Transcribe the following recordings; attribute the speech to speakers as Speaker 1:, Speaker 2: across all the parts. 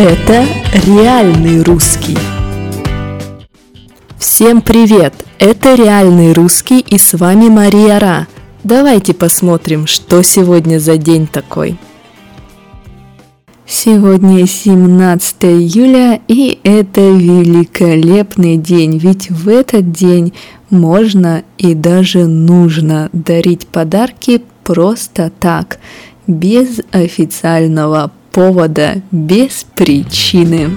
Speaker 1: Это реальный русский. Всем привет! Это реальный русский, и с вами Мария Ра. Давайте посмотрим, что сегодня за день такой. Сегодня 17 июля, и это великолепный день, ведь в этот день можно и даже нужно дарить подарки просто так, без официального повода, без причины.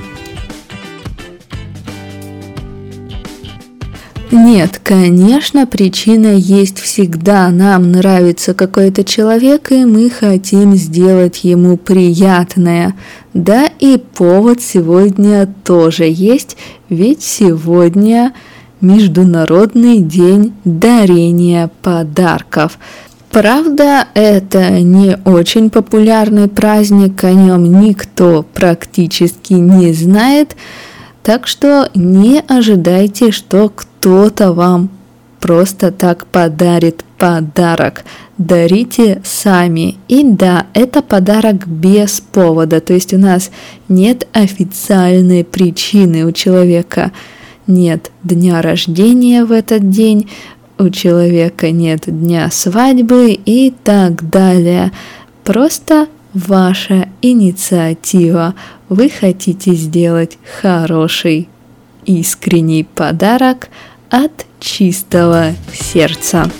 Speaker 1: Нет, конечно, причина есть всегда. Нам нравится какой-то человек, и мы хотим сделать ему приятное. Да, и повод сегодня тоже есть, ведь сегодня Международный день дарения подарков. Правда, это не очень популярный праздник, о нем никто практически не знает, так что не ожидайте, что кто-то вам просто так подарит подарок. Дарите сами. И да, это подарок без повода, то есть у нас нет официальной причины у человека. Нет дня рождения в этот день, у человека нет дня свадьбы и так далее. Просто ваша инициатива. Вы хотите сделать хороший, искренний подарок от чистого сердца.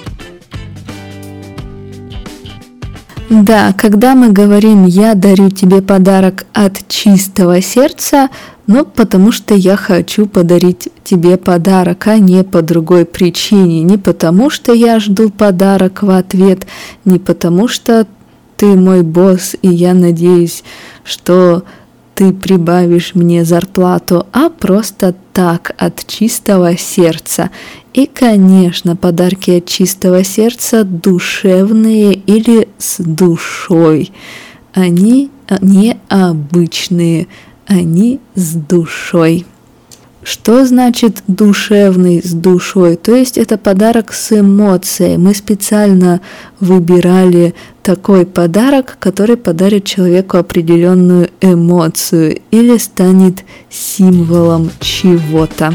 Speaker 1: Да, когда мы говорим «я дарю тебе подарок от чистого сердца», потому что я хочу подарить тебе подарок, а не по другой причине. Не потому что я жду подарок в ответ, не потому что ты мой босс, и я надеюсь, что ты прибавишь мне зарплату, а просто так, от чистого сердца. И, конечно, подарки от чистого сердца душевные или с душой. Они необычные, они с душой. Что значит душевный с душой? То есть это подарок с эмоцией. Мы специально выбирали такой подарок, который подарит человеку определенную эмоцию или станет символом чего-то.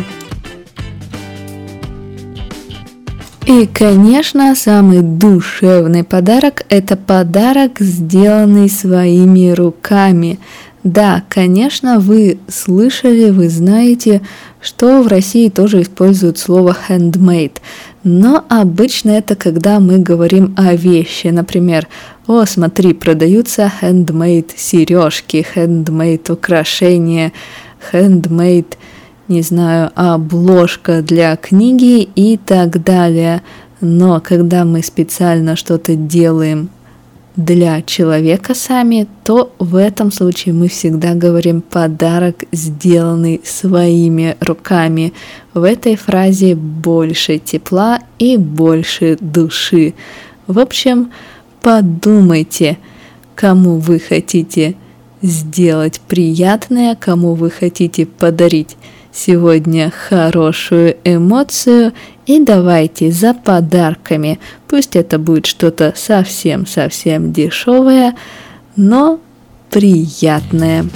Speaker 1: И, конечно, самый душевный подарок – это подарок, сделанный своими руками. Да, конечно, вы слышали, вы знаете, что в России тоже используют слово handmade, но обычно это когда мы говорим о вещи, например, «О, смотри, продаются handmade сережки, handmade украшения, handmade, не знаю, обложка для книги и так далее». Но когда мы специально что-то делаем для человека сами, то в этом случае мы всегда говорим «подарок, сделанный своими руками». В этой фразе больше тепла и больше души. В общем, подумайте, кому вы хотите сделать приятное, кому вы хотите подарить сегодня хорошую эмоцию, и давайте за подарками. Пусть это будет что-то совсем-совсем дешевое, но приятное.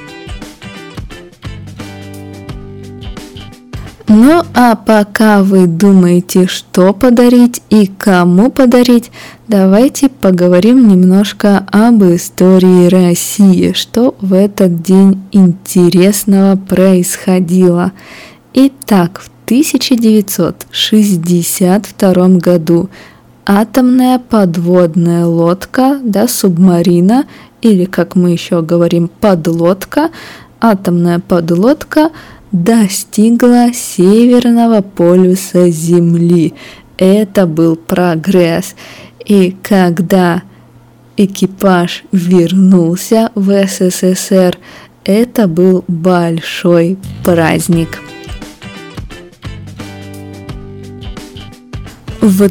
Speaker 1: Ну а пока вы думаете, что подарить и кому подарить, давайте поговорим немножко об истории России, что в этот день интересного происходило. Итак, в 1962 году атомная подводная лодка, субмарина, или, как мы еще говорим, подлодка, атомная подлодка достигла Северного полюса Земли. Это был прогресс. И когда экипаж вернулся в СССР, это был большой праздник. В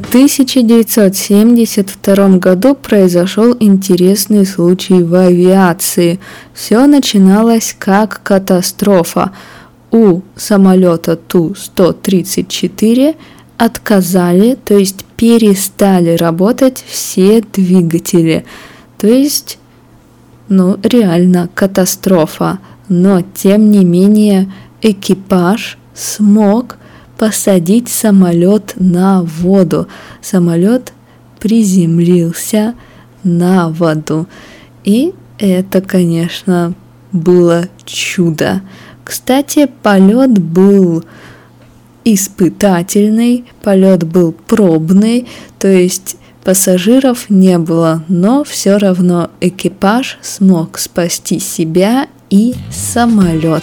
Speaker 1: 1972 году произошел интересный случай в авиации. Все начиналось как катастрофа. У самолета Ту-134 отказали, то есть перестали работать все двигатели. То есть реально катастрофа. Но, тем не менее, экипаж смог посадить самолет на воду. Самолет приземлился на воду. И это, конечно, было чудо. Кстати, полет был испытательный, полет был пробный, то есть пассажиров не было, но все равно экипаж смог спасти себя и самолет.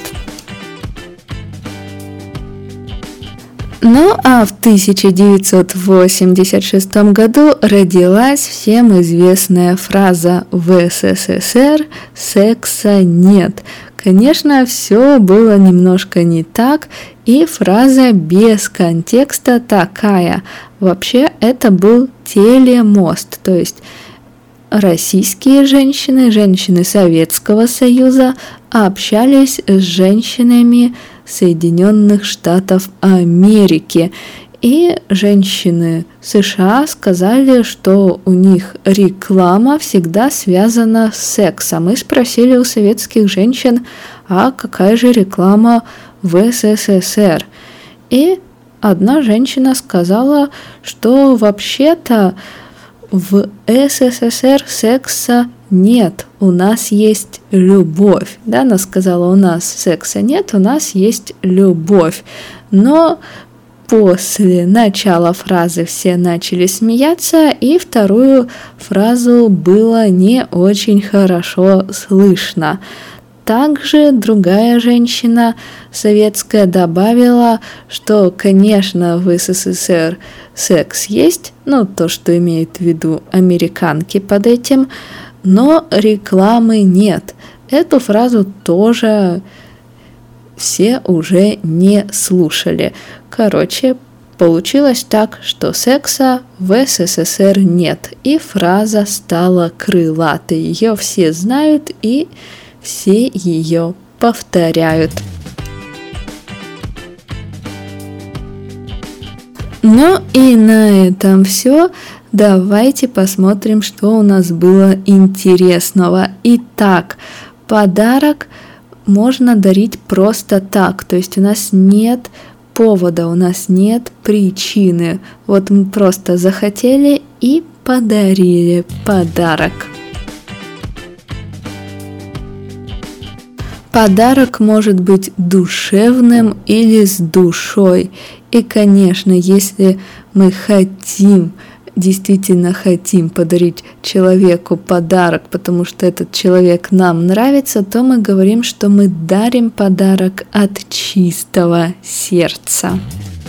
Speaker 1: Ну а в 1986 году родилась всем известная фраза «В СССР секса нет». Конечно, все было немножко не так, и фраза без контекста такая. Вообще, это был телемост, то есть российские женщины, женщины Советского Союза общались с женщинами Соединенных Штатов Америки. И женщины США сказали, что у них реклама всегда связана с сексом. И спросили у советских женщин, а какая же реклама в СССР? И одна женщина сказала, что вообще-то в СССР секса нет, у нас есть любовь. Да, она сказала, у нас секса нет, у нас есть любовь. Но после начала фразы все начали смеяться, и вторую фразу было не очень хорошо слышно. Также другая женщина советская добавила, что, конечно, в СССР секс есть, то, что имеет в виду американки под этим, но рекламы нет. Эту фразу тоже все уже не слушали. Короче, получилось так, что секса в СССР нет, и фраза стала крылатой. Ее все знают и все ее повторяют. Ну и на этом все. Давайте посмотрим, что у нас было интересного. Итак, подарок можно дарить просто так, то есть у нас нет повода, у нас нет причины. Вот мы просто захотели и подарили подарок. Подарок может быть душевным или с душой. И, конечно, если мы действительно хотим подарить человеку подарок, потому что этот человек нам нравится, то мы говорим, что мы дарим подарок от чистого сердца.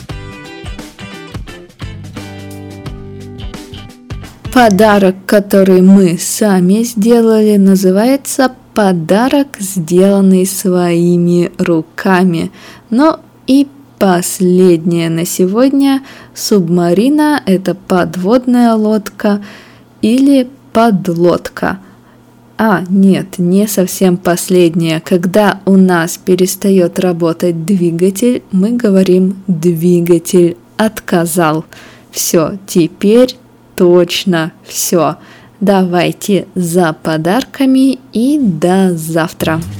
Speaker 1: Подарок, который мы сами сделали, называется подарок, сделанный своими руками. Но и последнее на сегодня. Субмарина – это подводная лодка или подлодка. Нет, не совсем последнее. Когда у нас перестает работать двигатель, мы говорим «двигатель отказал». Все, теперь точно все. Давайте за подарками и до завтра.